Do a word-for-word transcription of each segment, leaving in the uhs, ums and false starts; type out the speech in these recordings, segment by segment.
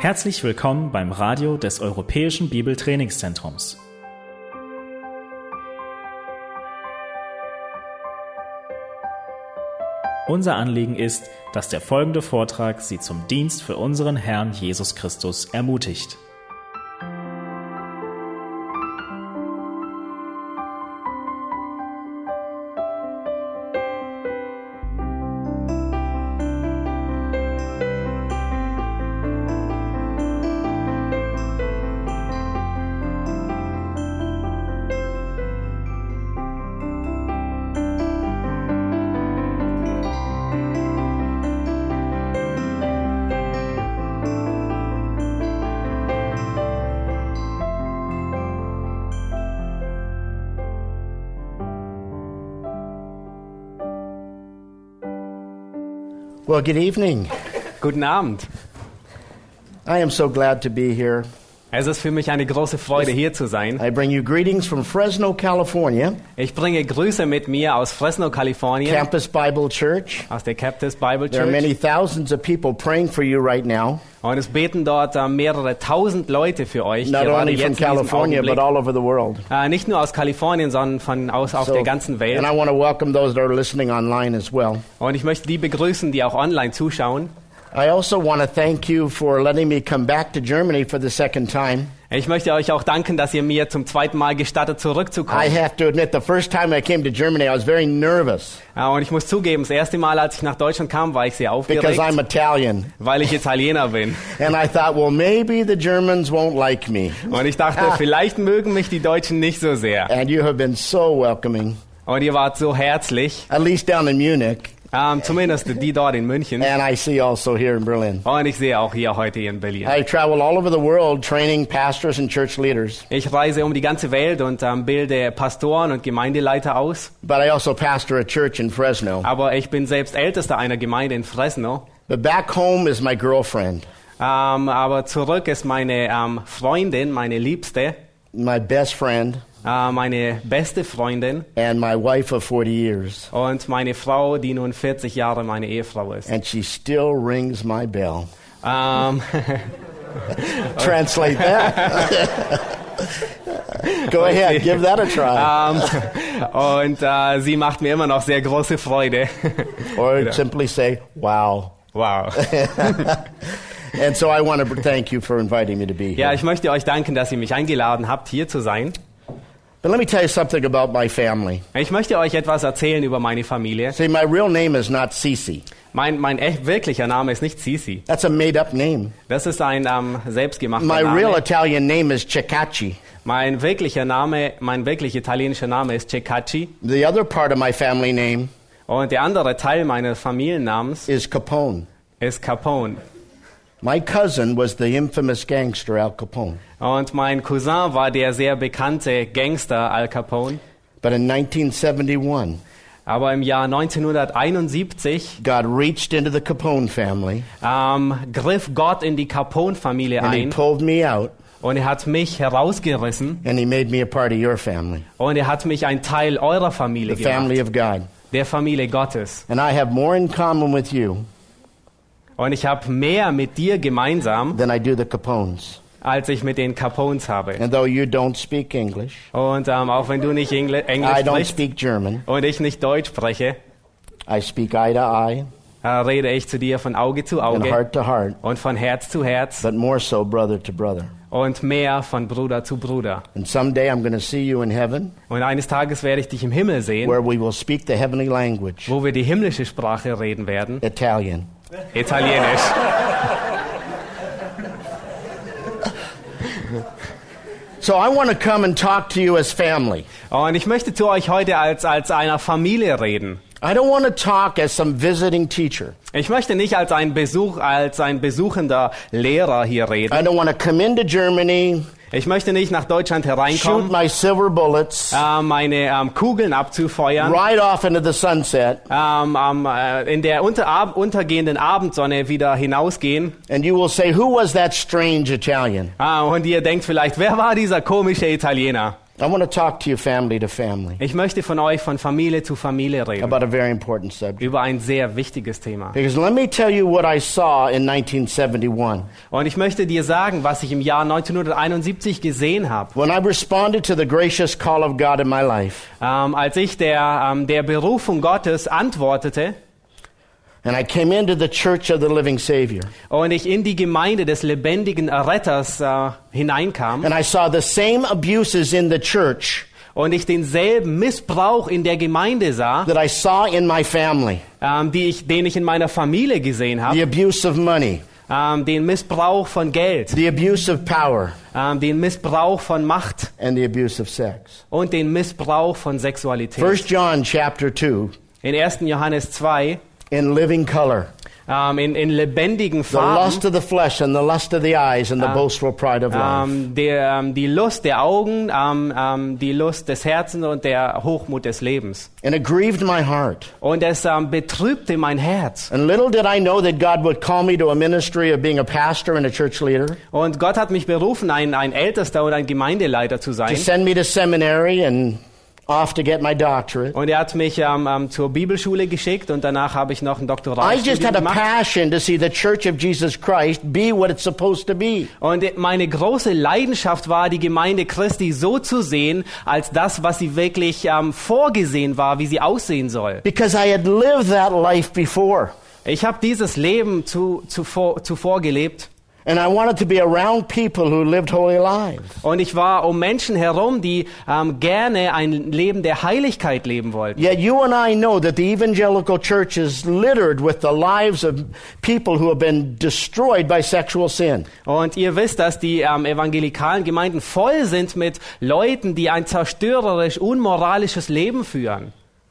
Herzlich willkommen beim Radio des Europäischen Bibeltrainingszentrums. Unser Anliegen ist, dass der folgende Vortrag Sie zum Dienst für unseren Herrn Jesus Christus ermutigt. Well, good evening. Guten Abend. I am so glad to be here. Es ist für mich eine große Freude, hier zu sein. I bring you greetings from Fresno, California, Ich bringe Grüße mit mir aus Fresno, Kalifornien, Campus Bible Church. aus der Baptist Bible There are many Church. thousands of people praying for you right now, Und es beten dort äh, mehrere tausend Leute für euch, not gerade only from jetzt in diesem California, but Augenblick. all over the world. Äh, nicht nur aus Kalifornien, sondern von aus auf So- der ganzen Welt. And I want to welcome those that are listening online as well. Und ich möchte die begrüßen, die auch online zuschauen. I also want to thank you for letting me come back to Germany for the second time. Ich möchte euch auch danken, dass ihr mir zum zweiten Mal gestattet, I zurückzukommen. have to admit, the first time I came to Germany, I was very nervous Äh, und ich muss zugeben, das erste Mal, als ich nach Deutschland kam, war ich sehr because aufgeregt, I'm Italian. weil ich Italiener bin. And I thought, well, maybe the Germans won't like me. Und ich dachte, Ah. vielleicht mögen mich die Deutschen nicht so sehr. And you have been so welcoming, Und ihr wart so herzlich, at least down in Munich. ähm, zumindest die dort in München. And I see also here in Berlin. Und ich sehe auch hier heute in Berlin. I travel all over the world training pastors and church leaders. Ich reise um die ganze Welt und ähm, bilde Pastoren und Gemeindeleiter aus. But I also pastor a church in Fresno. Aber ich bin selbst Ältester einer Gemeinde in Fresno. But back home is my girlfriend, Ähm, aber zurück ist meine ähm, Freundin, meine Liebste, my best friend, äh, meine beste Freundin and my wife of forty years. und meine Frau, die nun vierzig Jahre meine Ehefrau ist. And she still rings my bell. Ähm, Translate that. Go ahead, give that a try. ähm, und äh, sie macht mir immer noch sehr große Freude. Or simply say, wow. Wow. And so I want to thank you for inviting me to be Ja, here. ich möchte euch danken, dass ihr mich eingeladen habt, hier zu sein. But let me tell you something about my family. Ich möchte euch etwas erzählen über meine Familie. See, my real name is not Cece. Mein, mein echt wirklicher Name ist nicht Sisi. That's a made-up name. Das ist ein ähm, selbstgemachter My real Name. Italian name is Cecacci. Mein wirklicher Name, mein wirklich italienischer Name ist Cecacci. The other part of my family name Und der andere Teil meines Familiennamens is Capone. ist Capone. My cousin was the infamous gangster Al Capone. Und mein Cousin war der sehr bekannte Gangster Al Capone. But in nineteen seventy-one, Aber im Jahr neunzehnhunderteinundsiebzig God reached into the Capone family ähm, griff Gott in die Capone-Familie and he ein pulled me out und er hat mich herausgerissen and he made me a part of your family, und er hat mich ein Teil eurer Familie the family gemacht, of God. der Familie Gottes. And I have more in common with you Und ich habe mehr mit dir gemeinsam, than I do the Capones. als ich mit den Capones habe. And though you don't speak English, Und ähm, auch wenn du nicht Engl Englisch I don't sprichst speak German, und ich nicht Deutsch spreche, I speak eye to eye äh, rede ich zu dir von Auge zu and Auge heart to heart, und von Herz zu Herz but more so brother to brother. und mehr von Bruder zu Bruder. And someday I'm going to see you in heaven Und eines Tages werde ich dich im Himmel sehen, where we will speak the heavenly language, wo wir die himmlische Sprache reden werden, Italian. Italienisch. So I want to come and talk to you as family. Und ich möchte zu euch heute als, als einer Familie reden. I don't want to talk as some visiting teacher. Ich möchte nicht als ein Besuch, als ein besuchender Lehrer hier reden. I don't want to come into Germany, Ich möchte nicht nach Deutschland shoot hereinkommen, my silver bullets, äh, meine ähm, Kugeln abzufeuern, ride off into the sunset, ähm, ähm, äh, in der unter, ab, untergehenden Abendsonne wieder hinausgehen. and you will say, who was that strange Italian? Ah, und ihr denkt vielleicht, wer war dieser komische Italiener? I want to talk to you family to family Ich möchte von euch von Familie zu Familie reden. about a very important subject. Über ein sehr wichtiges Thema. Because let me tell you what I saw in nineteen seventy-one. Und ich möchte dir sagen, was ich im Jahr neunzehnhunderteinundsiebzig gesehen habe. When I responded to the gracious call of God in my life. Ähm, als ich der, ähm, der Berufung Gottes antwortete. And I came into the church of the living Savior. Und ich in die Gemeinde des lebendigen Retters äh, hineinkam. And I saw the same abuses in the church Und ich denselben Missbrauch in der Gemeinde sah, that I saw in my family. ähm, die ich, den ich in meiner Familie gesehen habe. The abuse of money, Ähm, den Missbrauch von Geld, the abuse of power, ähm, den Missbrauch von Macht and the abuse of sex. und den Missbrauch von Sexualität. First John chapter two, In ersten Johannes zwei, in living color. ähm, in, in lebendigen The lust Farben, of the flesh and the lust of the eyes and the boastful pride of life. ähm, der, ähm, die Lust der Augen, ähm, ähm, die Lust des Herzens und der Hochmut des Lebens. And it grieved my heart. Und es ähm, betrübte mein Herz. And little did I know that God would call me to a ministry of being a pastor and a church leader, Und Gott hat mich berufen, ein, ein Ältester und ein Gemeindeleiter zu to sein. send me to seminary and off to get my doctorate. Und er hat mich ähm, ähm, zur Bibelschule geschickt und danach habe ich noch ein I just Doktoratstudium had a gemacht. passion to see the Church of Jesus Christ be what it's supposed to be. Und meine große Leidenschaft war, die Gemeinde Christi so zu sehen, als das, was sie wirklich ähm, vorgesehen war, wie sie aussehen soll. Because I had lived that life before. Ich habe dieses Leben zu, zuvor, zuvor gelebt. And I wanted to be around people who lived holy lives. Und ich war um Menschen herum, die ähm, gerne ein Leben der Heiligkeit leben wollten. Yet you and I know that the evangelical church is littered with the lives of people who have been destroyed by sexual sin. Und ihr wisst, dass die ähm, evangelikalen Gemeinden voll sind mit Leuten, die ein zerstörerisch, unmoralisches Leben führen.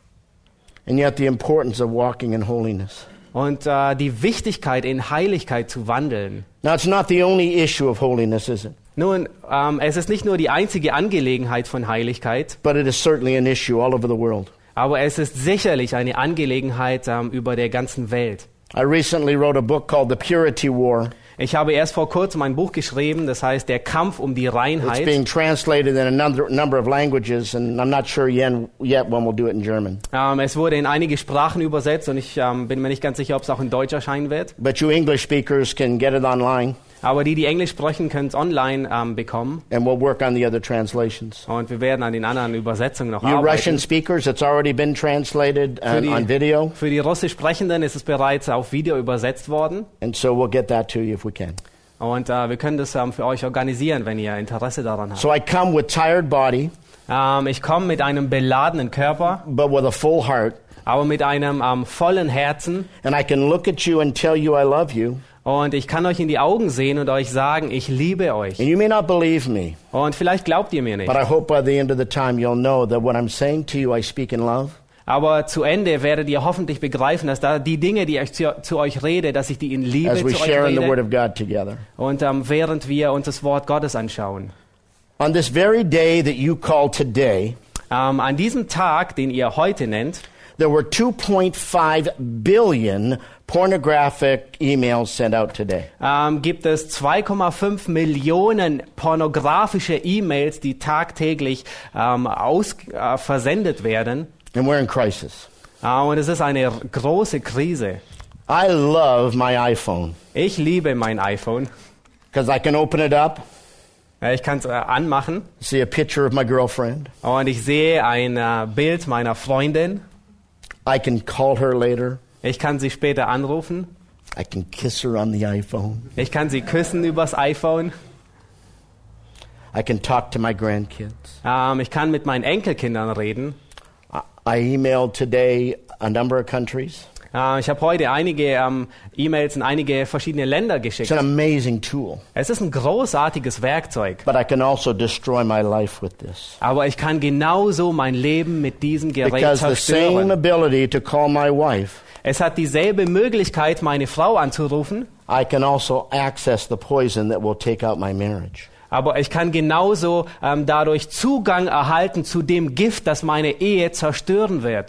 And yet the importance of walking in holiness. Und äh, die Wichtigkeit, in Heiligkeit zu wandeln. Now, it's not the only issue of holiness, is it? Nun, ähm, es ist nicht nur die einzige Angelegenheit von Heiligkeit, But it is certainly an issue all over the world. aber es ist sicherlich eine Angelegenheit ähm, über der ganzen Welt. I recently wrote a book called The Purity War. Ich habe erst vor kurzem ein Buch geschrieben, das heißt Der Kampf um die It's Reinheit. being translated in a number, number of languages, and I'm not sure yet, yet when we'll do it in German. Ähm, es wurde in einige Sprachen übersetzt und ich ähm, bin mir nicht ganz sicher, ob es auch in Deutsch erscheinen wird. But you English speakers can get it online, Aber die, die Englisch sprechen, können es online ähm, bekommen. and we'll work on the other translations. Und wir werden an den anderen Übersetzungen noch You arbeiten. Russian speakers, it's already been translated Für on, die, on video, für die Russisch Sprechenden ist es bereits auf Video übersetzt worden. and so we'll get that to you if we can. Und äh, wir können das ähm, für euch organisieren, wenn ihr Interesse daran habt. So I come with tired body, Ähm, ich komme mit einem beladenen Körper, but with a full heart, aber mit einem ähm, vollen Herzen. and I can look at you and tell you I love you, Und ich kann euch in die Augen sehen und euch sagen, ich liebe euch. and you may not believe me, Und vielleicht glaubt ihr mir nicht. but I hope by the end of the time you'll know that what I'm saying to you I speak in love. Aber zu Ende werdet ihr hoffentlich begreifen, dass da die Dinge, die ich zu, zu euch rede, dass ich die in Liebe As we zu euch share in the Word rede. of God together. Und ähm, während wir uns das Wort Gottes anschauen. On this very day that you call today, Ähm, an diesem Tag, den ihr heute nennt, there were two point five billion pornographic emails sent out today. ähm, gibt es zwei Komma fünf Millionen pornografische E-Mails, die tagtäglich ähm, aus, äh, versendet werden. And we're in crisis. Äh, und es ist eine große Krise. I love my iPhone Ich liebe mein iPhone. because I can open it up, Äh, ich kann es äh, anmachen see a picture of my girlfriend. und ich sehe ein äh, Bild meiner Freundin. I can call her later. Ich kann sie später anrufen. I can kiss her on the iPhone. Ich kann sie küssen übers iPhone. I can talk to my grandkids. Ähm, ich kann mit meinen Enkelkindern reden. I, I emailed today a number of countries. Äh, ich habe heute einige ähm, E-Mails in einige verschiedene Länder It's geschickt. an amazing tool, Es ist ein großartiges Werkzeug. but I can also destroy my life with this. Aber ich kann genauso mein Leben mit diesem Gerät Because the same zerstören. ability to call my wife, Es hat dieselbe Möglichkeit, meine Frau anzurufen. I can also access the poison that will take out my marriage. Aber ich kann genauso ähm, dadurch Zugang erhalten zu dem Gift, das meine Ehe zerstören wird.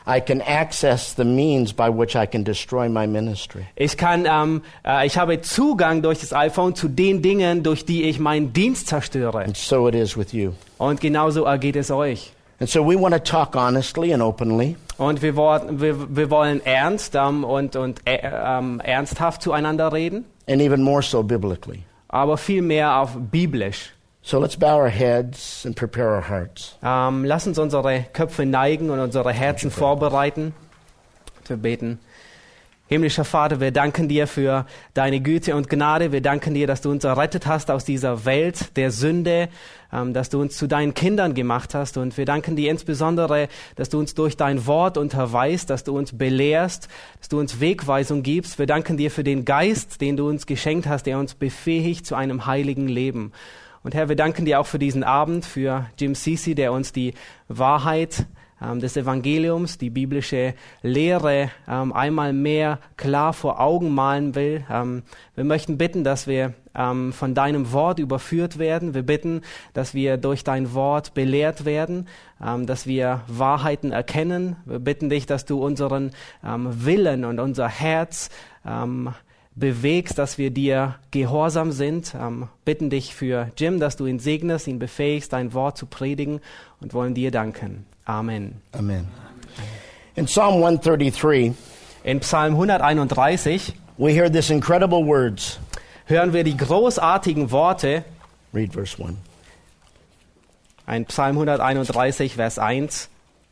I can access the means by which I can destroy my ministry. Ich kann, ähm, äh, ich habe Zugang durch das iPhone zu den Dingen, durch die ich meinen Dienst zerstöre. And so it is with you. Und genauso ergeht es euch. And so we want to talk honestly and openly. Und wir, wollen, wir, wir wollen ernst ähm, und, und äh, ähm, ernsthaft zueinander reden, And even more so biblically. aber viel mehr auf biblisch. So let's bow our heads and prepare our hearts. Ähm, lass uns unsere Köpfe neigen und unsere Herzen vorbereiten. Wir beten. Himmlischer Vater, wir danken dir für deine Güte und Gnade. Wir danken dir, dass du uns errettet hast aus dieser Welt der Sünde, ähm, dass du uns zu deinen Kindern gemacht hast. Und wir danken dir insbesondere, dass du uns durch dein Wort unterweist, dass du uns belehrst, dass du uns Wegweisung gibst. Wir danken dir für den Geist, den du uns geschenkt hast, der uns befähigt zu einem heiligen Leben. Und Herr, wir danken dir auch für diesen Abend, für Jim Ceci, der uns die Wahrheit ähm, des Evangeliums, die biblische Lehre ähm, einmal mehr klar vor Augen malen will. Ähm, wir möchten bitten, dass wir ähm, von deinem Wort überführt werden. Wir bitten, dass wir durch dein Wort belehrt werden, ähm, dass wir Wahrheiten erkennen. Wir bitten dich, dass du unseren ähm, Willen und unser Herz ähm, bewegst, dass wir dir gehorsam sind. Ähm, bitten dich für Jim, dass du ihn segnest, ihn befähigst, dein Wort zu predigen und wollen dir danken. Amen. Amen. In Psalm one thirty-three, In Psalm hunderteinunddreißig we hear this incredible words. hören wir die großartigen Worte. Read verse one. Ein Psalm hunderteinunddreißig, Vers eins.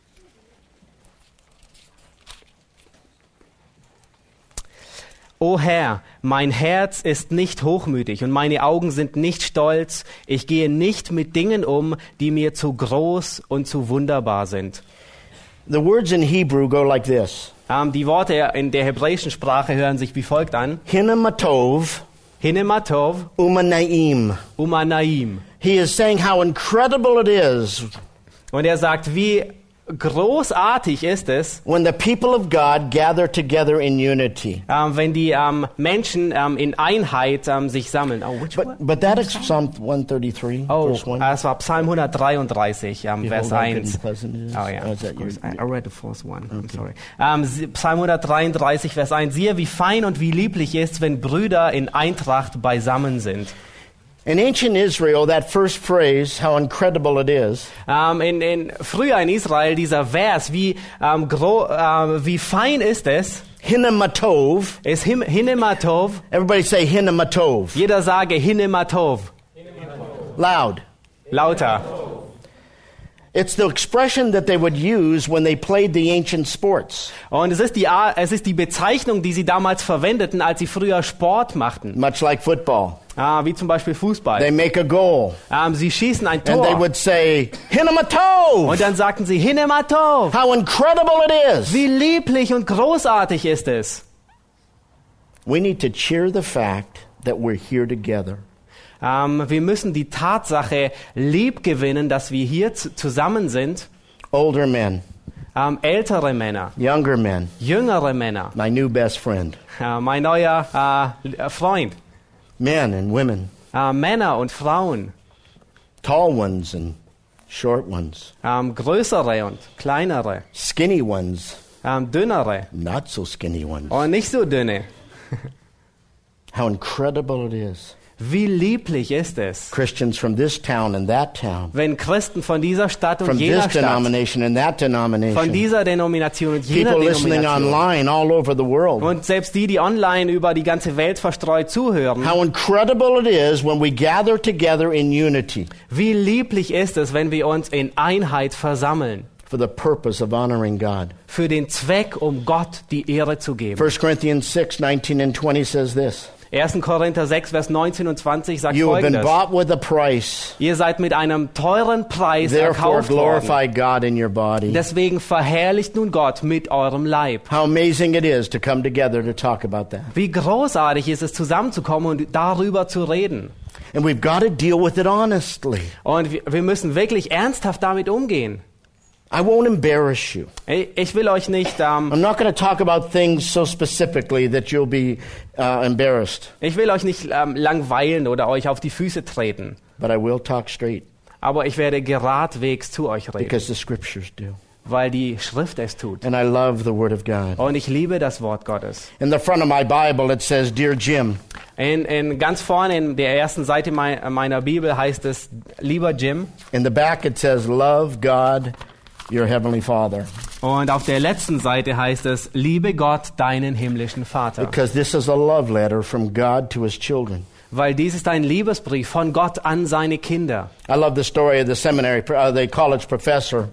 O Herr, mein Herz ist nicht hochmütig und meine Augen sind nicht stolz. Ich gehe nicht mit Dingen um, die mir zu groß und zu wunderbar sind. The words in Hebrew go like this. Ähm, die Worte in der hebräischen Sprache hören sich wie folgt an. Hinematov Hinematov umanaim. umanaim. He is saying how incredible it is Und er sagt, wie großartig ist es, when the people of God gather together in unity. ähm, wenn die ähm, Menschen ähm, in Einheit ähm, sich sammeln. Oh, which But, one? but that is Psalm one thirty-three, Oh, verse one. äh, es war Psalm hundertdreiunddreißig, ähm, Vers Behold, how good eins. and pleasant it is. Oh ja, Oh, is that of course. your- I, I read the first one. I'm sorry. Ähm, Sie- Psalm hundertdreiunddreißig, Vers eins. Siehe, wie fein und wie lieblich ist, wenn Brüder in Eintracht beisammen sind. In ancient Israel, that first phrase, how incredible it is, Ähm, in, in, früher in Israel, dieser Vers, wie, ähm, gro, äh, wie fein ist es, hinematov. ist him, Hinematov. Everybody say hinematov. Jeder sage Hinematov. Loud. Lauter. It's the expression that they would use when they played the ancient sports, Und es ist, die, Ar- es ist die Bezeichnung, die sie damals verwendeten, als sie früher Sport machten. much like football. Ah, wie zum Beispiel Fußball. They make a goal, Ähm, sie schießen ein and they Tor. would say, hinematov. Und dann sagten sie, Hinematov. How incredible it is. Wie lieblich und großartig ist es. We need to cheer the fact that we're here together. Ähm, wir müssen die Tatsache lieb gewinnen, dass wir hier zu, zusammen sind. Older men, Ähm, ältere Männer, younger men, jüngere Männer, my new best friend, äh, mein neuer äh, Freund, men and women, äh, Männer und Frauen, tall ones and short ones, ähm, größere und kleinere, skinny ones, ähm, dünnere not so skinny ones. und nicht so dünne. How incredible it is. Wie lieblich ist es, Christians from this town and that town, wenn Christen von dieser Stadt und from jener this Stadt, denomination and that von denomination, dieser Denomination und jener people listening Denomination online all over the world. und selbst die, die online über die ganze Welt verstreut zuhören, How incredible it is when we gather together in unity wie lieblich ist es, wenn wir uns in Einheit versammeln, for the purpose of honoring God. für den Zweck, um Gott die Ehre zu geben. First Corinthians six, nineteen and twenty says this. erster Korinther sechs, Vers neunzehn und zwanzig sagt You have been Folgendes. bought with a price. Ihr seid mit einem teuren Preis Therefore erkauft worden. glorify God in your body. Deswegen verherrlicht nun Gott mit eurem Leib. How amazing it is to come together to talk about that. Wie großartig ist es, zusammenzukommen und darüber zu reden. And we've got to deal with it honestly. Und wir wir müssen wirklich ernsthaft damit umgehen. I won't embarrass you. Ich ich will euch nicht, ähm, I'm not going to talk about things so specifically that you'll be uh, embarrassed, ich will euch nicht ähm, langweilen oder euch auf die Füße treten. but I will talk straight Aber ich werde geradwegs zu euch reden. because the scriptures do. weil die Schrift es tut. And I love the Word of God. Und ich liebe das Wort Gottes. In the front of my Bible it says, Dear Jim. In, in ganz vorne in der ersten Seite mei- meiner Bibel heißt es, lieber Jim. In the back it says, Love God, your Heavenly Father. Und auf der letzten Seite heißt es, liebe Gott, deinen himmlischen Vater. Because this is a love letter from God to His children. Weil dies ist ein Liebesbrief von Gott an seine Kinder. I love the story of the seminary, uh, the college professor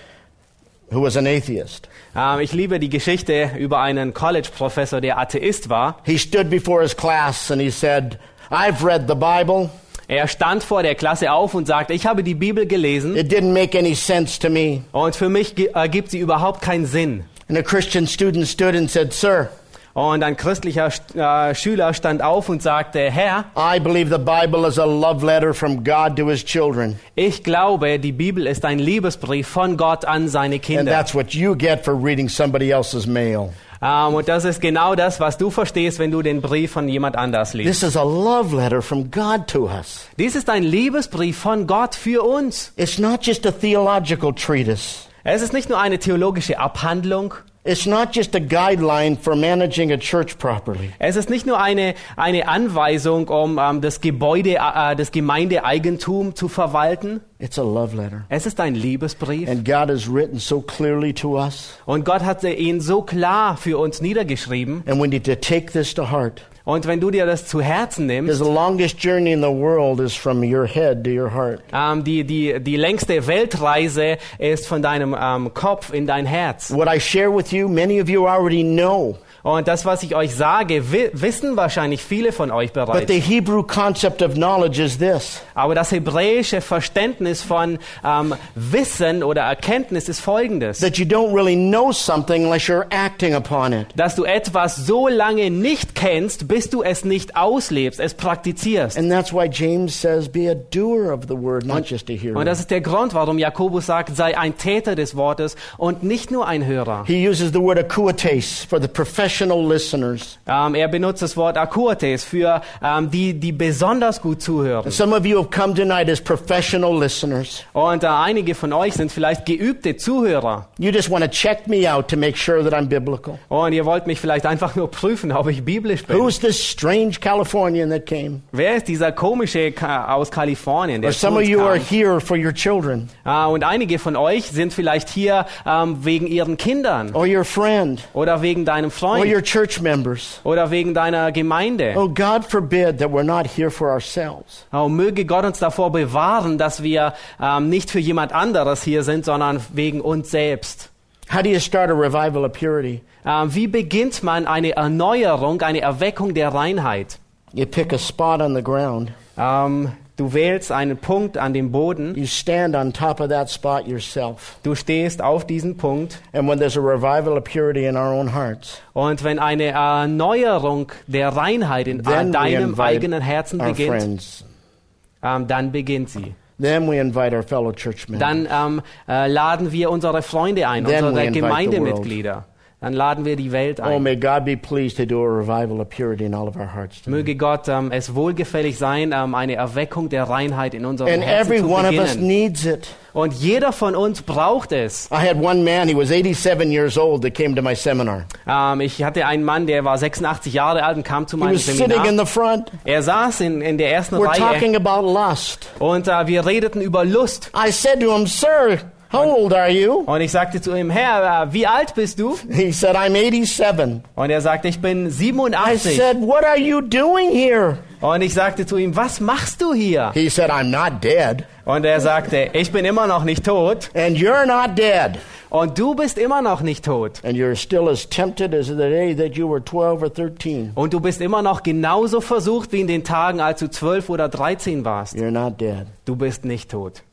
who was an atheist. Ähm, ich liebe die Geschichte über einen College-Professor, der Atheist war. He stood before his class and he said, I've read the Bible. Er stand vor der Klasse auf und sagte, ich habe die Bibel gelesen It didn't make any sense to me. und für mich ge- ergibt sie überhaupt keinen Sinn. And a Christian student stood and said, Sir, Und ein christlicher äh, Schüler stand auf und sagte, Herr, I believe the Bible is a love letter from God to His children. ich glaube, die Bibel ist ein Liebesbrief von Gott an seine And Kinder. that's what you get for reading somebody else's mail. Ähm, und das ist genau das, was du verstehst, wenn du den Brief von jemand anders liest. This is a love letter from God to us. Dies ist ein Liebesbrief von Gott für uns. It's not just a theological treatise. Es ist nicht nur eine theologische Abhandlung. It's not just a guideline for managing a church properly. Es ist nicht nur eine, eine Anweisung, um ähm, das Gebäude, äh, das Gemeindeeigentum zu verwalten. It's a love letter. Es ist ein Liebesbrief. And God has written so clearly to us. Und Gott hat ihn so klar für uns niedergeschrieben. And we need to take this to heart. Und wenn du dir das zu Herzen Because nimmst, the longest journey in the world is from your head to your heart. ähm, die, die, die längste Weltreise ist von deinem ähm, Kopf in dein Herz. What I share with you, many of you already know. Und das, was ich euch sage, wi- wissen wahrscheinlich viele von euch But bereits. the Hebrew concept of knowledge is this. Aber das hebräische Verständnis von ähm, Wissen oder Erkenntnis ist folgendes. That you don't really know something unless you're acting upon it. Dass du etwas so lange nicht kennst, bis du es nicht auslebst, es praktizierst. And that's why James says, be a doer of the word, not just a hearer. Und das ist der Grund, warum Jakobus sagt, sei ein Täter des Wortes und nicht nur ein Hörer. He uses the word akuates for the professional listeners. Ähm, er benutzt das Wort akuates für ähm, die, die besonders gut zuhören. And some of you have come tonight as professional listeners. Und äh, einige von euch sind vielleicht geübte Zuhörer. You just want to check me out to make sure that I'm biblical. Und ihr wollt mich vielleicht einfach nur prüfen, ob ich biblisch bin. Who's this strange Californian that came? Wer ist dieser komische Ka aus Kalifornien, der Or zu some of uns you are kam? here for your children Ah, und einige von euch sind vielleicht hier ähm, wegen ihren Kindern or your friend oder wegen deinem or Freund your church members. oder wegen deiner Gemeinde. Oh, God forbid that we're not here for ourselves. Oh, möge Gott uns davor bewahren, dass wir ähm, nicht für jemand anderes hier sind, sondern wegen uns selbst. How do you start a revival of purity? Ähm, wie beginnt man eine Erneuerung, eine Erweckung der Reinheit? You pick a spot on the ground. Ähm, du wählst einen Punkt an dem Boden. You stand on top of that spot yourself. Du stehst auf diesem Punkt. And when there's a revival of purity in our own hearts, Und wenn eine Erneuerung der Reinheit in then we deinem invite eigenen Herzen our beginnt, friends. ähm, dann beginnt sie. Then we invite our fellow church members. Dann ähm, äh, laden wir unsere Freunde ein, Then we unsere invite the Gemeindemitglieder. Dann laden wir die Welt Oh, ein. may God be pleased to do a revival of purity in all of our hearts tonight. Möge Gott ähm, es wohlgefällig sein, ähm, eine Erweckung der Reinheit in unserem And Herzen every zu one of us beginnen. needs it. Und jeder von uns braucht es. I had one man, he was eighty-seven years old, that came to my seminar. Ähm, ich hatte einen Mann, der war sechsundachtzig Jahre alt und kam zu He meinem was sitting in Seminar. the front. Er saß in, in der ersten We're Reihe talking about lust. und äh, wir redeten über Lust. I said to him, Sir, how old are you? Und ich sagte zu ihm, Herr, äh, wie alt bist du? He said, I'm eighty-seven. Und er sagte, ich bin I siebenundachtzig. said, what are you doing here? Und ich sagte zu ihm, was machst du hier? He said, I'm not dead. Und er sagte, ich bin immer noch nicht tot. And you're not dead. Und du bist immer noch nicht tot. And you're still as tempted as the day that you were twelve or thirteen. Und du bist immer noch genauso versucht wie in den Tagen, als du zwölf oder dreizehn warst. You're not dead. Du bist nicht tot.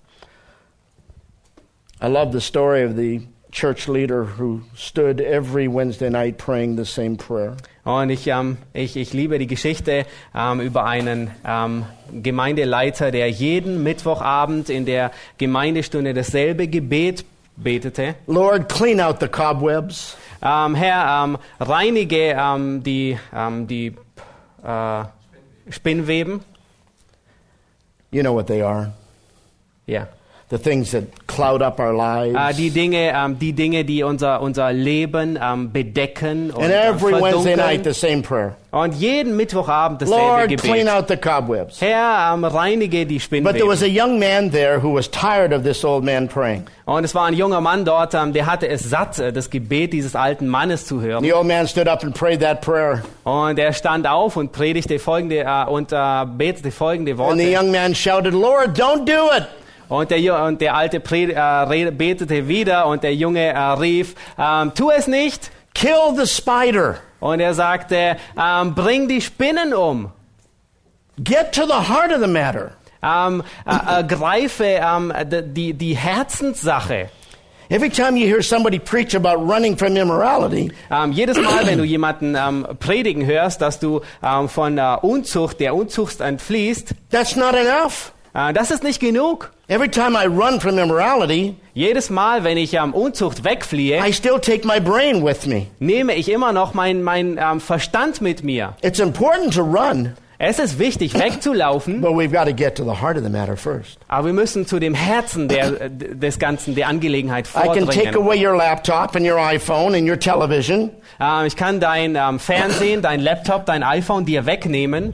I love the story of the church leader who stood every Wednesday night praying the same prayer. Und ich, ähm, ich, ich liebe die Geschichte ähm, über einen ähm, Gemeindeleiter, der jeden Mittwochabend in der Gemeindestunde dasselbe Gebet betete. Lord, clean out the cobwebs. Ähm, Herr, ähm, reinige ähm, die, ähm, die äh, Spinnweben. You know what they are. Ja. the things that cloud up our lives. Äh, die Dinge, ähm, die Dinge, die unser unser Leben ähm, bedecken und And äh, every Wednesday night, verdunkeln. the same prayer. Und jeden Mittwochabend dasselbe Lord, Gebet. clean out the cobwebs. Herr, ähm, reinige die But there was Spinnweben. a young man there who was tired of this old man praying. Und es war ein junger Mann dort, ähm, der hatte es satt, äh, das Gebet dieses alten Mannes zu hören. The old man stood up and prayed that prayer. Und er stand auf und predigte folgende äh, und äh, betete folgende And the Worte. young man shouted, Lord, don't do it. Und der, Ju- und der alte Pred, äh, red- betete wieder und der Junge äh, rief, ähm, tu es nicht. Kill the spider. Und er sagte, ähm, bring die Spinnen um. Get to the heart of the matter. Ähm, äh, äh, greife ähm, d- die, die Herzenssache. Every time you hear somebody preach about running from immorality, Ähm, jedes Mal, wenn du jemanden ähm, predigen hörst, dass du ähm, von äh, Unzucht, der Unzucht entfliehst, that's not enough. äh, das ist nicht genug. Every time I run from immorality, Jedes Mal, wenn ich ähm, Unzucht wegfliehe, I still take my brain with me. nehme ich immer noch meinen mein, ähm, Verstand mit mir. It's important to run, Es ist wichtig, wegzulaufen, but we've got to get to the heart of the matter first. aber wir müssen zu dem Herzen der, äh, des Ganzen, der Angelegenheit I can take vordringen. away your laptop and your iPhone and your television, Ähm, ich kann dein ähm, Fernsehen, dein Laptop, dein iPhone dir wegnehmen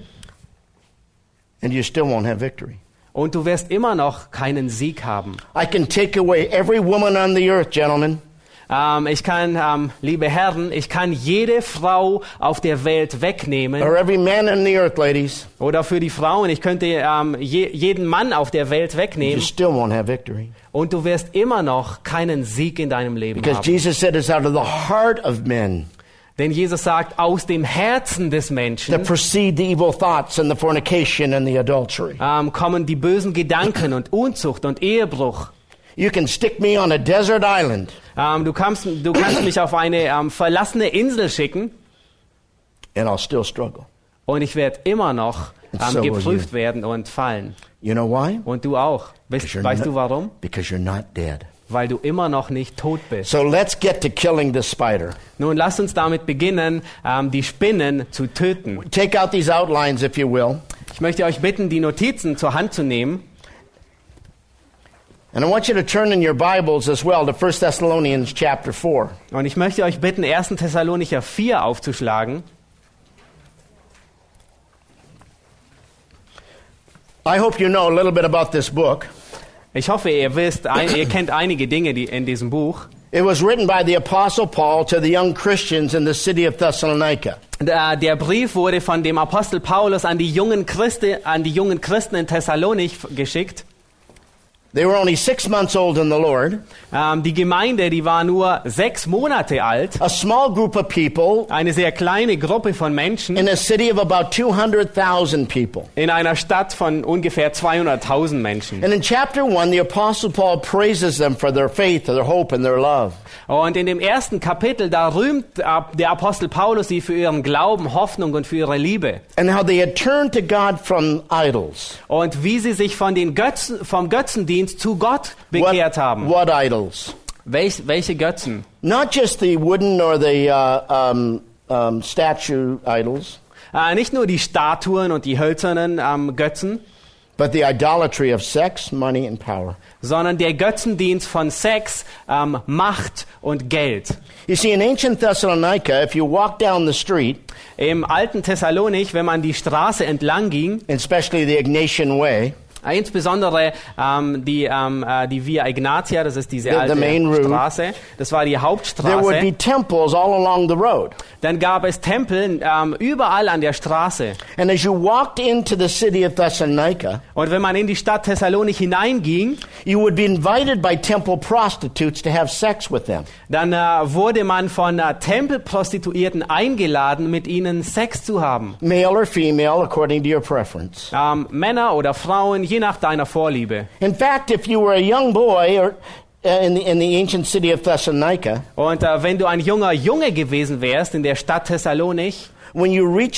and you still won't have victory. und du wirst immer noch keinen Sieg haben. I can take away every woman on the earth, gentlemen, Ähm, ich kann, ähm, liebe Herren, ich kann jede Frau auf der Welt wegnehmen. or every man on the earth, ladies. Oder für die Frauen, ich könnte ähm, je, jeden Mann auf der Welt You wegnehmen. still won't have victory. Und du wirst immer noch keinen Sieg in deinem Leben Because haben. Jesus said it's out of the heart of men Denn Jesus sagt, aus dem Herzen des Menschen that proceed the evil thoughts and the fornication and the adultery. ähm, kommen die bösen Gedanken und Unzucht und Ehebruch. You can stick me on a desert island Ähm, du, kannst, du kannst mich auf eine ähm, verlassene Insel schicken and I'll still struggle. und ich werde immer noch And ähm, so will geprüft you. werden und fallen. You know why? Und du auch. Because Weißt, you're weißt not- du warum? Because you're not dead. Weil du immer noch nicht tot bist. So let's get to killing the spider. Nun lasst uns damit beginnen, ähm, die Spinnen zu töten. Take out these outlines, if you will. Ich möchte euch bitten, die Notizen zur Hand zu nehmen. And I want you to turn in your Bibles as well to First Thessalonians chapter four. Und ich möchte euch bitten, ersten Thessalonicher vier aufzuschlagen. I hope you know a little bit about this book. Ich hoffe, ihr wisst, ein, ihr kennt einige Dinge die in diesem Buch. It was written by the Apostle Paul to the young Christians in the city of Thessalonica. Der, der Brief wurde von dem Apostel Paulus an die jungen Christi, an die jungen Christen in Thessalonik geschickt. They were only six months old in the Lord. Ähm, die Gemeinde, die war nur sechs Monate alt. A small group of people Eine sehr kleine Gruppe von Menschen in a city of about two hundred thousand people. in einer Stadt von ungefähr zweihunderttausend Menschen. And in chapter one, the Apostle Paul praises them for their faith, their hope, and their love. Und in dem ersten Kapitel, da rühmt äh, der Apostel Paulus sie für ihren Glauben, Hoffnung und für ihre Liebe. And how they had turned to God from idols. Und wie sie sich von den Götzen, vom Götzendienst zu Gott bekehrt haben. What idols? Welch, welche Götzen? Not just the wooden or the uh, um, um, statue idols, Äh, nicht nur die Statuen und die hölzernen ähm, Götzen, but the idolatry of sex, money, and power. sondern der Götzendienst von Sex, ähm, Macht und Geld. You see, in ancient Thessalonica, if you walk down the street, Im alten Thessalonik, wenn man die Straße entlang ging, especially the Ignatian Way, äh, insbesondere ähm, die, ähm, äh, die Via Ignatia, das ist diese The- the alte main route. Straße, das war die there would Hauptstraße, be temples all along the road. dann gab es Tempel ähm, überall an der Straße. And as you walked into the city of Thessalonica, Und wenn man in die Stadt Thessalonik hineinging, you would be invited by temple prostitutes to have sex with them. dann äh, wurde man von äh, Tempelprostituierten eingeladen, mit ihnen Sex zu haben. Male or female, according to your preference. Ähm, Männer oder Frauen, je nach deiner Vorliebe. In fact, if you were a young boy or uh, in the, in the ancient city of Thessalonica, Und äh, wenn du ein junger Junge gewesen wärst in der Stadt Thessalonik, when you reached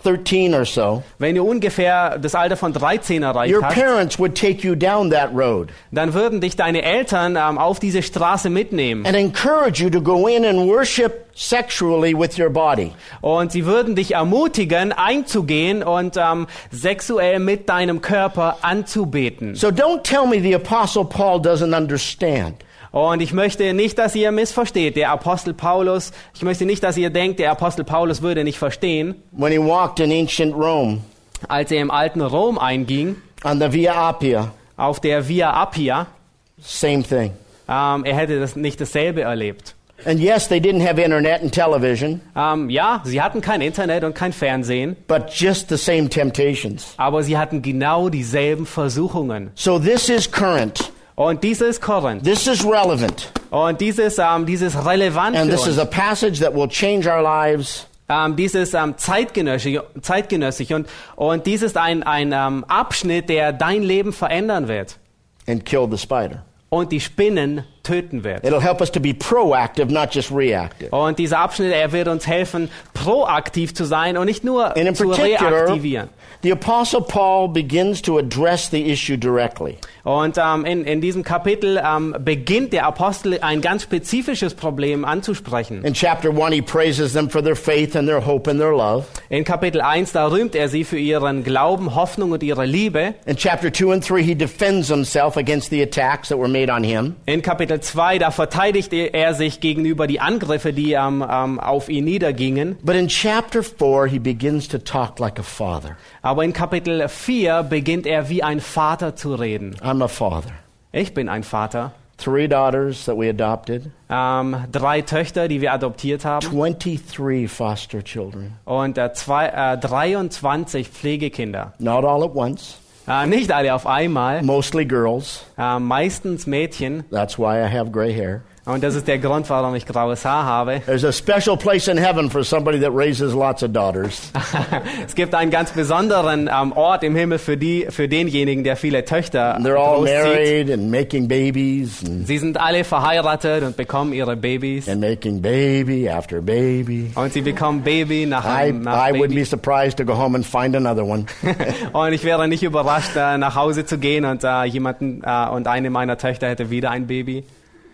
thirteen or so, wenn du ungefähr das Alter von dreizehn erreicht your hast, parents would take you down that road dann würden dich deine Eltern ähm, auf diese Straße mitnehmen. and encourage you to go in and worship sexually with your body. Und sie würden dich ermutigen, einzugehen und ähm, sexuell mit deinem Körper anzubeten. So don't tell me the Apostle Paul doesn't understand. Und ich möchte nicht, dass ihr missversteht. Der Apostel Paulus, ich möchte nicht, dass ihr denkt, der Apostel Paulus würde nicht verstehen, When he walked in ancient Rome als er im alten Rom einging, on the Via Appia, auf der Via Appia, same thing. ähm, er hätte das nicht dasselbe erlebt. And yes, they didn't have internet and television, Ähm, ja, sie hatten kein Internet und kein Fernsehen, but just the same temptations. aber sie hatten genau dieselben Versuchungen. So this is current. Und dieses Korinth. This is relevant. Und dieses, ähm, dieses relevant And für this is uns. a passage that will change our lives. Ähm, dieses ähm, zeitgenössisch, zeitgenössisch und, und dies ist ein, ein ähm, Abschnitt, der dein Leben verändern wird And kill the spider. und die Spinnen töten wird. It'll help us to be proactive, not just reactive. Und dieser Abschnitt, er wird uns helfen, proaktiv zu sein und nicht nur And in zu particular, reaktivieren. the Apostle Paul begins to address the issue directly. Und ähm, in, in diesem Kapitel ähm, beginnt der Apostel ein ganz spezifisches Problem anzusprechen. In chapter one, he praises them for their faith and their hope and their love. In Kapitel eins, da rühmt er sie für ihren Glauben, Hoffnung und ihre Liebe. In chapter two and three, he defends himself against the attacks that were made on him. In Kapitel zwei, da verteidigt er sich gegenüber die Angriffe, die ähm, ähm, auf ihn niedergingen. But in chapter four, he begins to talk like a father. Aber in Kapitel vier beginnt er wie ein Vater zu reden. I'm a father. Ich bin ein Vater. Three daughters that we adopted, Ähm, drei Töchter, die wir adoptiert haben. twenty-three foster children. Und äh, zwei, äh, dreiundzwanzig Pflegekinder. Not all at once, Äh, nicht alle auf einmal. mostly girls. Äh, meistens Mädchen. That's why I have gray hair. Und das ist der Grund, warum ich graues Haar habe. There's a special place in heaven for somebody that raises lots of daughters. Es gibt einen ganz besonderen ähm, Ort im Himmel für, die, für denjenigen, der viele Töchter And they're all großzieht. married and making babies and, Sie sind alle verheiratet und bekommen ihre Babys. and making baby after baby. Und sie bekommen Baby nach I, einem nach I wouldn't Baby. be surprised to go home and find another one. Und ich wäre nicht überrascht, äh, nach Hause zu gehen und äh, jemanden äh, und eine meiner Töchter hätte wieder ein Baby.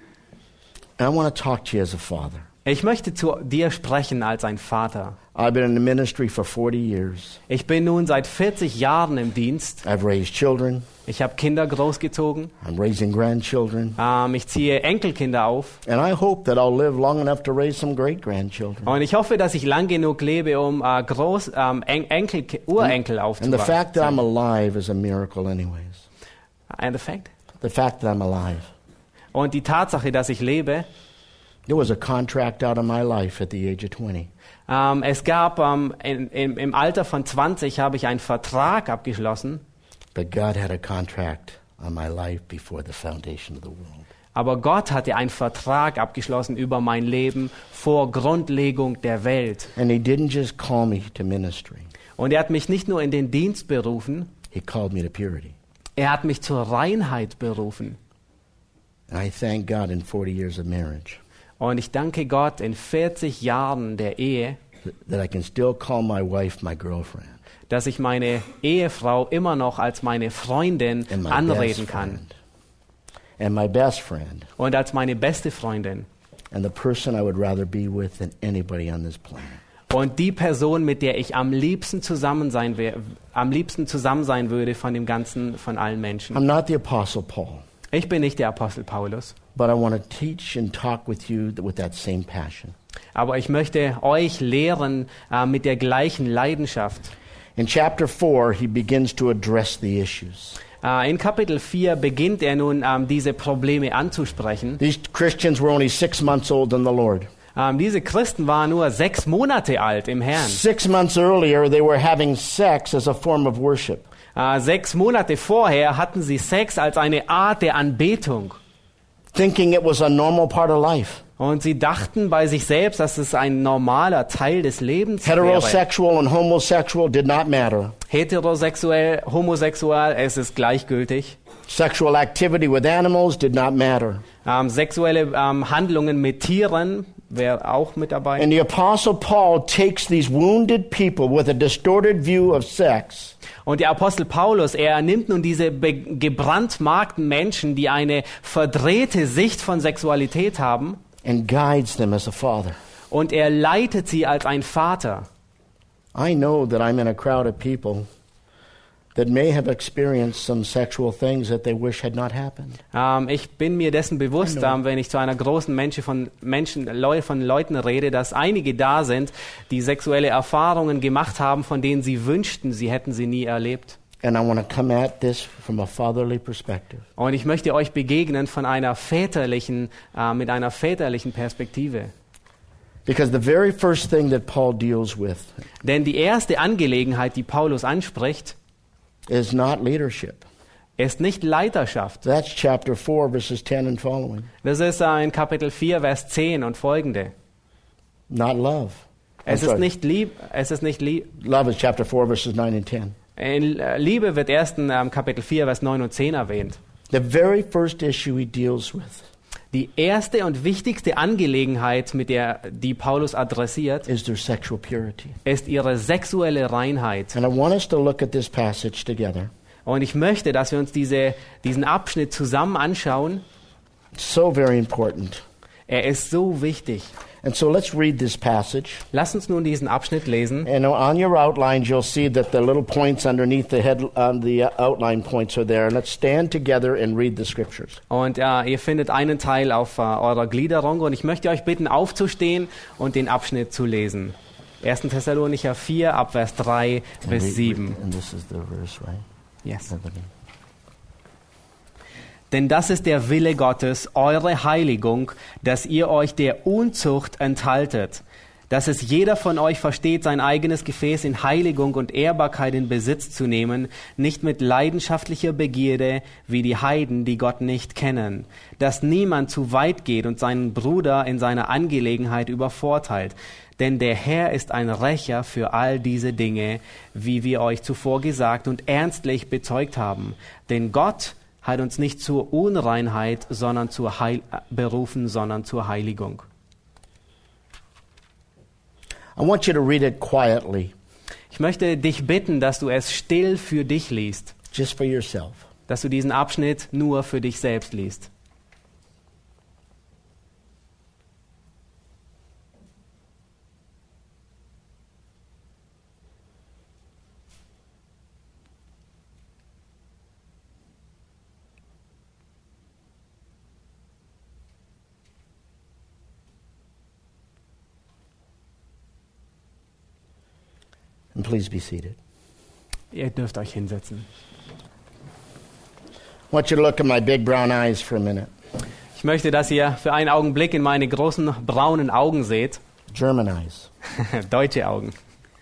And I want to talk to you as a father. Ich möchte zu dir sprechen als ein Vater. I've been in the ministry for forty years. Ich bin nun seit vierzig Jahren im Dienst. I've raised children. Ich habe Kinder großgezogen. I'm raising grandchildren. Ähm, ich ziehe Enkelkinder auf. And I hope that I'll live long enough to raise some great-grandchildren. Und ich hoffe, dass ich lang genug lebe, um äh, Groß, ähm, En Enkel, Urenkel And the aufzubauen. fact that I'm alive is a miracle anyways. And the fact? The fact that I'm alive. Und die Tatsache, dass ich lebe, There was a contract out of my life at the age of twenty. ähm, es gab ähm, in, in, im Alter von zwanzig habe ich einen Vertrag abgeschlossen, But God had a contract on my life before the foundation of the world. aber Gott hatte einen Vertrag abgeschlossen über mein Leben vor Grundlegung der Welt. And he didn't just call me to ministry. Und er hat mich nicht nur in den Dienst berufen, He called me to purity. er hat mich zur Reinheit berufen. And I thank God in forty years of marriage Und ich danke Gott in vierzig Jahren der Ehe, th- that I can still call my wife my girlfriend dass ich meine Ehefrau immer noch als meine Freundin and my best anreden kann. friend. And my best friend Und als meine beste Freundin. and the person I would rather be with than anybody on this planet. Und die Person, mit der ich am liebsten zusammen sein, wär, am liebsten zusammen sein würde von dem Ganzen, von allen Menschen. I'm not the Apostle Paul, Ich bin nicht der Apostel Paulus, but I want to teach and talk with you th- with that same passion. aber ich möchte euch lehren äh, mit der gleichen Leidenschaft. In chapter four, he begins to address the issues. Äh, in Kapitel vier beginnt er nun, ähm, diese Probleme anzusprechen. These Christians were only six months old in the Lord. Ähm, diese Christen waren nur sechs Monate alt im Herrn. Six months earlier, they were having sex as a form of worship. Äh, sechs Monate vorher hatten sie Sex als eine Art der Anbetung. Thinking it was a normal part of life. Und sie dachten bei sich selbst, dass es ein normaler Teil des Lebens wäre. Heterosexual and homosexual did not matter. Heterosexuell, homosexuell, es ist gleichgültig. Sexual activity with animals did not matter. Ähm, sexuelle ähm, Handlungen mit Tieren wäre auch mit dabei. And the Apostle Paul takes these wounded people with a distorted view of sex. Und der Apostel Paulus, er nimmt nun diese be- gebrandmarkten Menschen, die eine verdrehte Sicht von Sexualität haben, And guides them as a father. und er leitet sie als ein Vater. I know that I'm in a crowd of people that may have experienced some sexual things that they wish had not happened. Ähm, ich bin mir dessen bewusst, I know. ähm, wenn ich zu einer großen Menge von Menschen, Leu- von Leuten rede, dass einige da sind, die sexuelle Erfahrungen gemacht haben, von denen sie wünschten, sie hätten sie nie erlebt. And I want to come at this from a fatherly perspective. Und ich möchte euch begegnen von einer väterlichen, äh, mit einer väterlichen Perspektive. Because the very first thing that Paul deals with Denn die erste Angelegenheit, die Paulus anspricht, is not leadership. ist nicht Leiterschaft. That's chapter four, verses ten and following. Das ist äh, in Kapitel vier, Vers zehn und folgende. Not love. I'm Es ist sorry. nicht lieb, es ist nicht lieb. Love is chapter four, verses nine and ten. In äh, Liebe wird erst in ähm, Kapitel vier, Vers neun und zehn erwähnt. The very first issue he deals with Die erste und wichtigste Angelegenheit, mit der die Paulus adressiert, is their sexual purity. ist ihre sexuelle Reinheit. And I want us to look at this passage together. Und ich möchte, dass wir uns diese, diesen Abschnitt zusammen anschauen. It's so very important. Er ist so wichtig. And so let's read this passage. Lass uns nun diesen Abschnitt lesen. And on your outlines, you'll see that the little points underneath the head, um, the outline points are there. And let's stand together and read the scriptures. Und äh, ihr findet einen Teil auf äh, eurer Gliederung. Und ich möchte euch bitten, aufzustehen und den Abschnitt zu lesen. erster Thessalonicher vier, ab Vers drei bis sieben. And this is the verse, right? Yes. Denn das ist der Wille Gottes, eure Heiligung, dass ihr euch der Unzucht enthaltet, dass es jeder von euch versteht, sein eigenes Gefäß in Heiligung und Ehrbarkeit in Besitz zu nehmen, nicht mit leidenschaftlicher Begierde wie die Heiden, die Gott nicht kennen, dass niemand zu weit geht und seinen Bruder in seiner Angelegenheit übervorteilt. Denn der Herr ist ein Rächer für all diese Dinge, wie wir euch zuvor gesagt und ernstlich bezeugt haben. Denn Gott hat uns nicht zur Unreinheit, sondern zur Heil berufen, sondern zur Heiligung. I want you to read it quietly, Ich möchte dich bitten, dass du es still für dich liest, just for yourself. dass du diesen Abschnitt nur für dich selbst liest. And please be seated. Ihr dürft euch hinsetzen. I want you to look at my big brown eyes for a minute. Ich möchte, dass ihr für einen Augenblick in meine großen braunen Augen seht. German eyes. Deutsche Augen.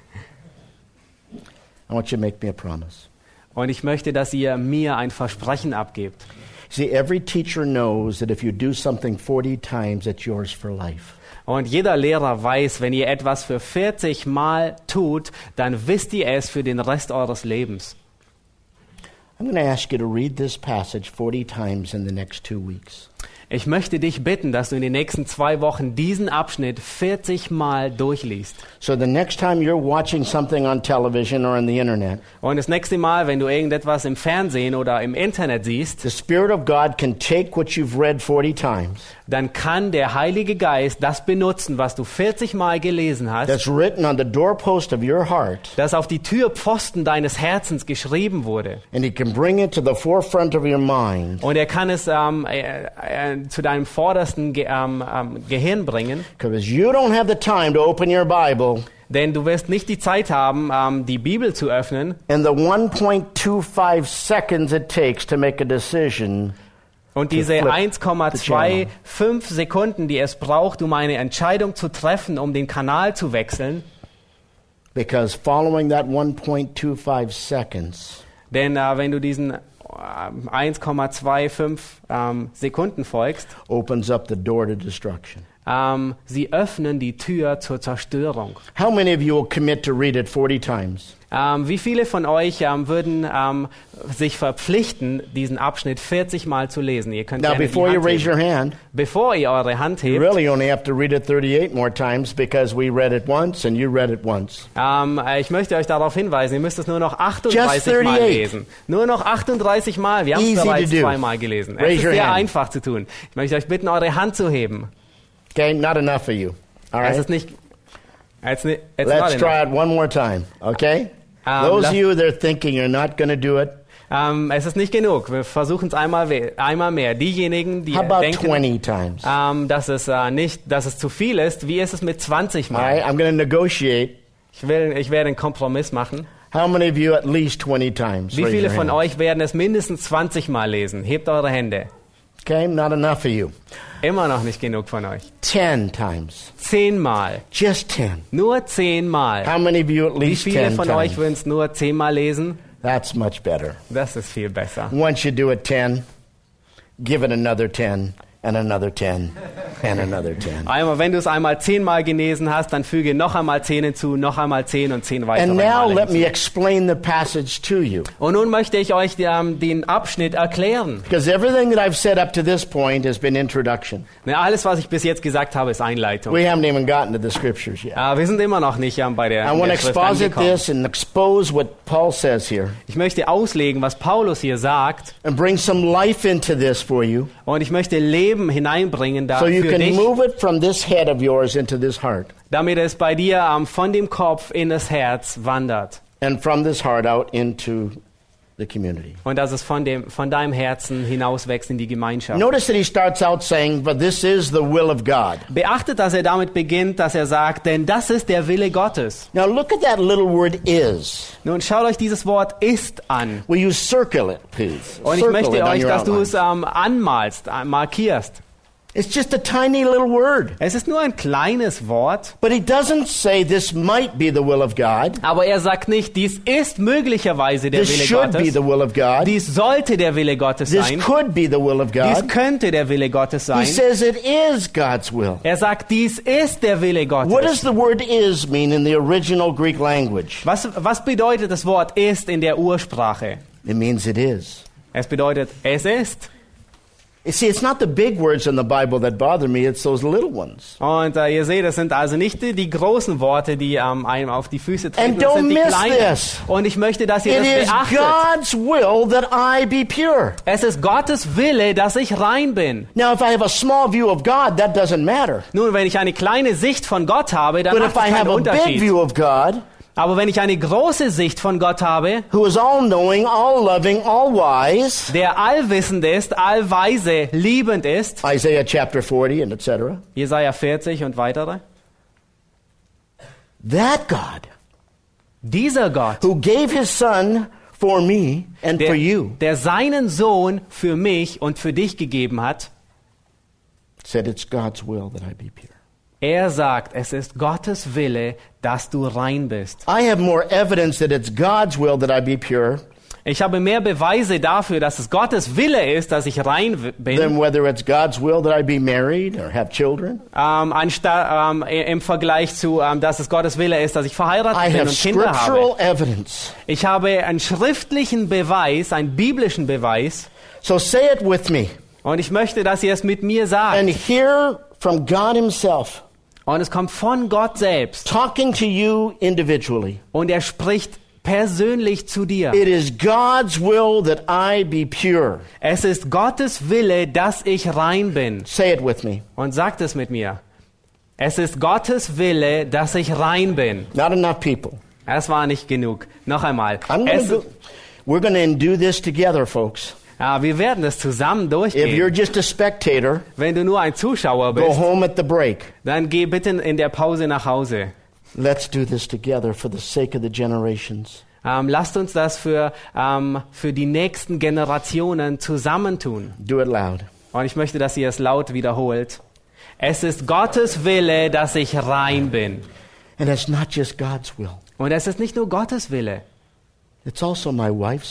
I want you to make me a promise. Und ich möchte, dass ihr mir ein Versprechen abgebt. See, every teacher knows that if you do something forty times, it's yours for life. Und jeder Lehrer weiß, wenn ihr etwas für vierzig Mal tut, dann wisst ihr es für den Rest eures Lebens. I'm going to ask you to read this passage forty times in the next two weeks. Ich möchte dich bitten, dass du in den nächsten zwei Wochen diesen Abschnitt vierzig Mal durchliest. So the next time you're watching something on television or on the internet, Und das nächste Mal, wenn du irgendetwas im Fernsehen oder im Internet siehst, the Spirit of God can take what you've read forty times, dann kann der Heilige Geist das benutzen, was du vierzig Mal gelesen hast, that's written on the doorpost of your heart, das auf die Türpfosten deines Herzens geschrieben wurde. and He can bring it to the forefront of your mind. Und er kann es ähm, äh, äh, zu deinem vordersten Ge ähm, ähm, Gehirn bringen. Because you don't have the time to open your Bible Denn du wirst nicht die Zeit haben, ähm, die Bibel zu öffnen in the one point two five seconds it takes to make a decision. und diese flip eins Komma the channel. fünfundzwanzig Sekunden, die es braucht, um eine Entscheidung zu treffen, um den Kanal zu wechseln. Because following that one point two five seconds Denn äh, wenn du diesen äh, eins Komma fünfundzwanzig ähm, Sekunden folgst, opens up the door to destruction. ähm, sie öffnen die Tür zur Zerstörung. How many of you will commit to read it forty times? Ähm, wie viele von euch ähm, würden ähm, sich verpflichten, diesen Abschnitt vierzig Mal zu lesen? Ihr könnt Now, gerne die before you Hand raise heben. your hand, Bevor ihr eure Hand you hebt, really only have to read it thirty-eight more times because we read it once and you read it once. ähm, äh, ich möchte euch darauf hinweisen, ihr müsst es nur noch achtunddreißig Mal thirty-eight. lesen. Nur noch achtunddreißig Mal. Wir haben es Easy bereits to do. zweimal gelesen. Raise Es ist your sehr hand. einfach zu tun. Ich möchte euch bitten, eure Hand zu heben. Okay, not enough for you. All Es right? ist nicht... It's, ni- it's Let's not enough. try it one more time, okay? Um, Those let's- of you that are thinking you're not going to do it, Ähm, es ist nicht genug. Wir versuchen es einmal, we- einmal mehr. Diejenigen, die how about denken, twenty times? All ähm, dass es äh, nicht, dass es zu viel ist. Wie ist es mit zwanzig Mal? right, I'm going to negotiate. Ich will, ich werde einen Kompromiss machen. How many of you at least twenty times? Wie Raise viele your von hand. euch werden es mindestens zwanzig Mal lesen? Hebt eure Hände. Okay, not enough for you. Immer noch nicht genug von euch. ten times. Zehnmal. Just ten. Nur zehnmal. How many of you at Wie least viele ten von euch times? würden es nur zehnmal lesen? That's much better. Das ist viel besser. Once you do it ten, give it another ten, and another ten, and another ten. Einmal, wenn du es einmal zehnmal gelesen hast, dann füge noch einmal zehn hinzu, noch einmal zehn und zehn weitere And now Male let hinzu. me explain the passage to you. Und nun möchte ich euch ähm, den Abschnitt erklären. Because everything that I've said up to this point has been introduction. Ne, alles, was ich bis jetzt gesagt habe, ist Einleitung. We haven't even gotten to the scriptures yet. Äh, wir sind immer noch nicht ähm, bei der, I in want to der Schrift exposit angekommen. this and expose what Paul says here Ich möchte auslegen, was Paulus hier sagt, and bring some life into this for you und ich möchte Leben hineinbringen da so you für can dich, move it from this head of yours into this heart damit es bei dir ähm, von dem Kopf in das Herz wandert and from this heart out into the community. und dass es von, dem, von deinem Herzen hinauswächst in die Gemeinschaft. Notice that he starts out saying, but this is the will of God. Beachtet, dass er damit beginnt, dass er sagt, denn das ist der Wille Gottes. Now look at that little word is. Nun schaut euch dieses Wort ist an. Will you circle it, please? Und ich Circle möchte it on euch, your dass du outline. es ähm, anmalst, äh, markierst. It's just a tiny little word. Es ist nur ein kleines Wort, But he doesn't say this might be the will of God. aber er sagt nicht, dies ist möglicherweise der This Wille should be Gottes. the will of God. Dies sollte der Wille Gottes This sein. could be the will of Dies God. könnte der Wille Gottes He sein. says it is God's will. Er sagt, dies ist der Wille What Gottes. does the word is mean in the original Greek language? Was, was bedeutet das Wort ist in der Ursprache? It means it is. Es bedeutet, es ist. You see, it's not the big words in the Bible that bother me, it's those little ones. Und äh, ihr seht, das sind also nicht die, die großen Worte, die ähm, einem auf die Füße treten, And das sind don't die miss kleinen. this. Und ich möchte, dass ihr It das is beachtet. God's will that I be pure. Es ist Gottes Wille, dass ich rein bin. Now, if I have a small view of God, that doesn't matter. Nun, wenn ich eine kleine Sicht von Gott habe, dann But macht if es I keinen have a big Unterschied. view of God, Aber wenn ich eine große Sicht von Gott habe, who is all-knowing, all-loving, all-wise, der allwissend ist, allweise, liebend ist, Isaiah chapter forty and et cetera, Jesaja vierzig und weitere, that God, dieser Gott, who gave his son for me and for der, you, der seinen Sohn für mich und für dich gegeben hat, said it's God's will that I be pure. er sagt, es ist Gottes Wille, dass du rein bist. I have more evidence that it's God's will that I be pure Ich habe mehr Beweise dafür, dass es Gottes Wille ist, dass ich rein w- bin, than whether it's God's will that I be married or have children. ähm, anstatt ähm, i- im Vergleich zu, ähm, dass es Gottes Wille ist, dass ich verheiratet I bin have und Kinder habe. scriptural evidence. Ich habe einen schriftlichen Beweis, einen biblischen Beweis, So say it with me und ich möchte, dass ihr es mit mir sagt. and hear from God himself Und es kommt von Gott selbst talking to you individually. und er spricht persönlich zu dir. It is God's will that I be pure. Es ist Gottes Wille, dass ich rein bin. Say it with me. Und sagt es mit mir. Es ist Gottes Wille, dass ich rein bin. Not enough people. Es war nicht genug. Noch einmal. I'm gonna Es, go, we're going to do this together, folks. ja, wir werden es zusammen If you're durchgehen. just a spectator, Wenn du nur ein Zuschauer go bist, home at the break. dann geh bitte in der Pause nach Hause. Let's do this together for the sake of the generations. Ähm, lasst uns das für, ähm, für die nächsten Generationen zusammentun. Do it loud. Und ich möchte, dass ihr es laut wiederholt. Es ist Gottes Wille, dass ich rein bin. And it's not just God's will. Und es ist nicht nur Gottes Wille. It's also my wife's will.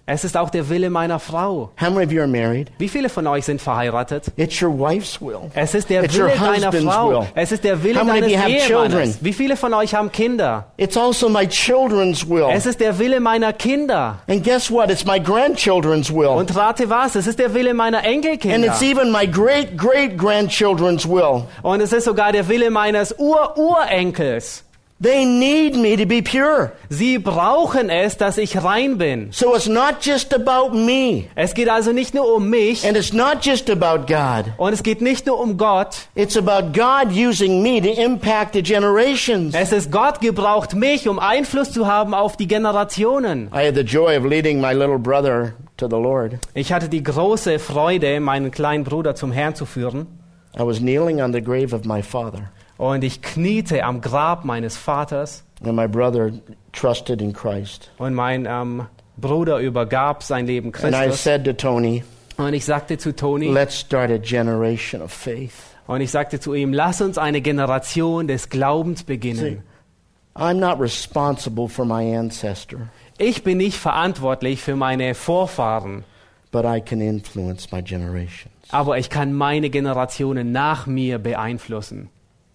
Es ist auch der Wille meiner Frau. How many of you are married? Wie viele von euch sind verheiratet? It's your wife's will. Es ist der It's your Wille deiner husband's Frau. will. Es ist der Wille How many of deines you have Ehemannes. children? Wie viele von euch haben Kinder? It's also my children's will. Es ist der Wille meiner Kinder. And guess what? It's my grandchildren's will. Und rate was? Es ist der Wille meiner And Enkelkinder. it's even my great great grandchildren's will. Und es ist sogar der Wille meines Ur-Urenkels. They need me to be pure. Sie brauchen es, dass ich rein bin. So it's not just about me. Es geht also nicht nur um mich And it's not just about God. und es geht nicht nur um Gott. It's about God using me to impact the generations. Es ist Gott gebraucht mich, um Einfluss zu haben auf die Generationen. I had the joy of leading my little brother to the Lord. Ich hatte die große Freude, meinen kleinen Bruder zum Herrn zu führen. I was kneeling on the grave of my father. Und ich kniete am Grab meines Vaters. And my brother trusted in Christ. Und mein ähm, Bruder übergab sein Leben And I Christus. said to Tony, Und ich sagte zu Toni, let's start a generation of faith. und ich sagte zu ihm, lass uns eine Generation des Glaubens See, beginnen. I'm not responsible for my ancestor, Ich bin nicht verantwortlich für meine Vorfahren, but I can influence my generations. aber ich kann meine Generationen nach mir beeinflussen.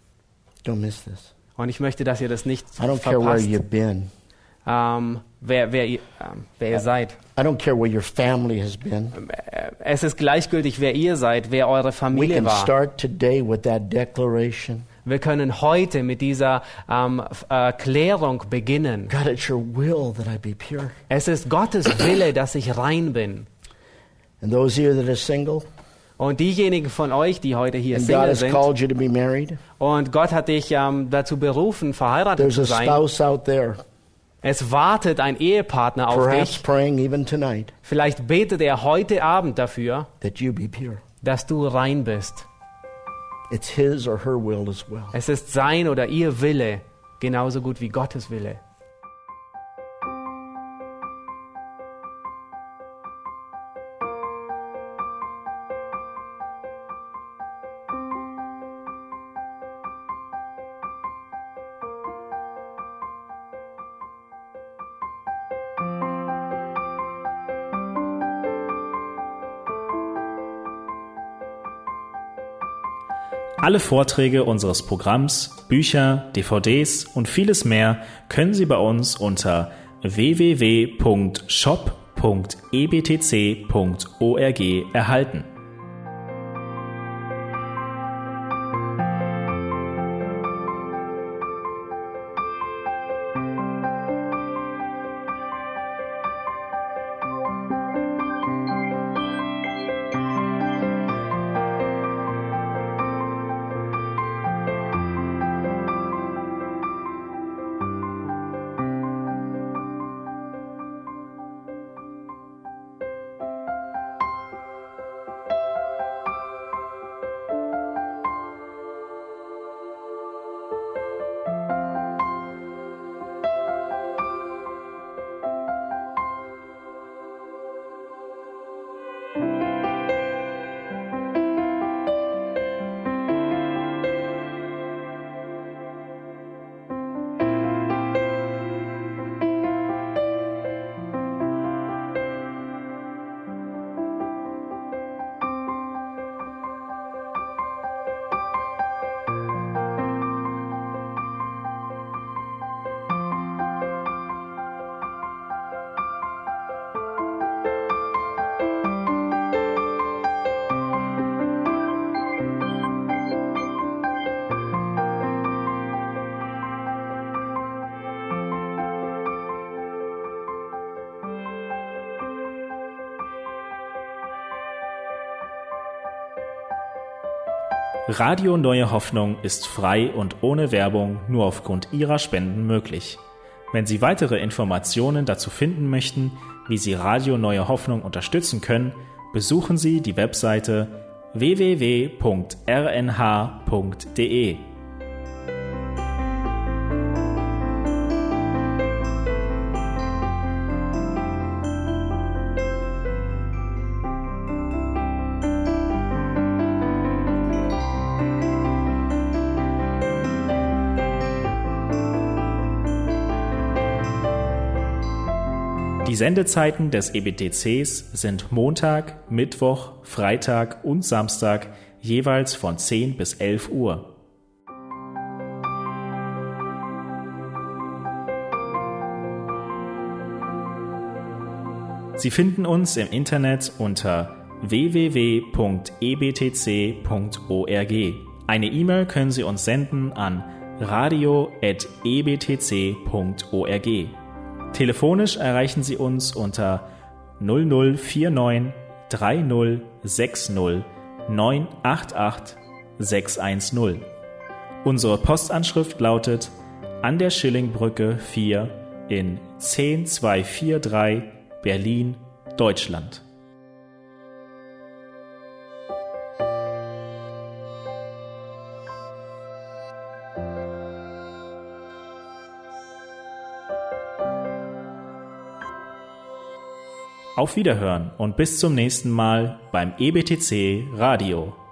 Don't miss this. Und ich möchte, dass ihr das nicht I don't care where verpasst, you've been. ähm, wer, wer, ihr, ähm, wer ihr seid. I don't care where your family has been. Äh, Es ist gleichgültig, wer ihr seid, wer eure We Familie can war. start today with that declaration. Wir können heute mit dieser ähm, F- Erklärung beginnen. God, it's your will that I be pure. Es ist Gottes Wille, dass ich rein bin. And those here that are single, Und diejenigen von euch, die heute hier and God Single has sind, called you to be married, und Gott hat dich ähm, dazu berufen, verheiratet there's zu a sein. spouse out there, Es wartet ein Ehepartner auf perhaps dich. praying even tonight, Vielleicht betet er heute Abend dafür, that you be pure. dass du rein bist. It's his or her will as well. Es ist sein oder ihr Wille, genauso gut wie Gottes Wille. Alle Vorträge unseres Programms, Bücher, D V Ds und vieles mehr können Sie bei uns unter w w w punkt shop punkt e b t c punkt org erhalten. Radio Neue Hoffnung ist frei und ohne Werbung nur aufgrund Ihrer Spenden möglich. Wenn Sie weitere Informationen dazu finden möchten, wie Sie Radio Neue Hoffnung unterstützen können, besuchen Sie die Webseite w w w punkt r n h punkt d e. Die Sendezeiten des E B T Cs sind Montag, Mittwoch, Freitag und Samstag jeweils von zehn bis elf Uhr. Sie finden uns im Internet unter w w w punkt e b t c punkt org. Eine E-Mail können Sie uns senden an radio at e b t c punkt org. Telefonisch erreichen Sie uns unter null null vier neun drei null sechs null neun acht acht sechs eins null. Unsere Postanschrift lautet an der Schillingbrücke vier in zehn zwei vier drei Berlin, Deutschland. Auf Wiederhören und bis zum nächsten Mal beim E B T C Radio.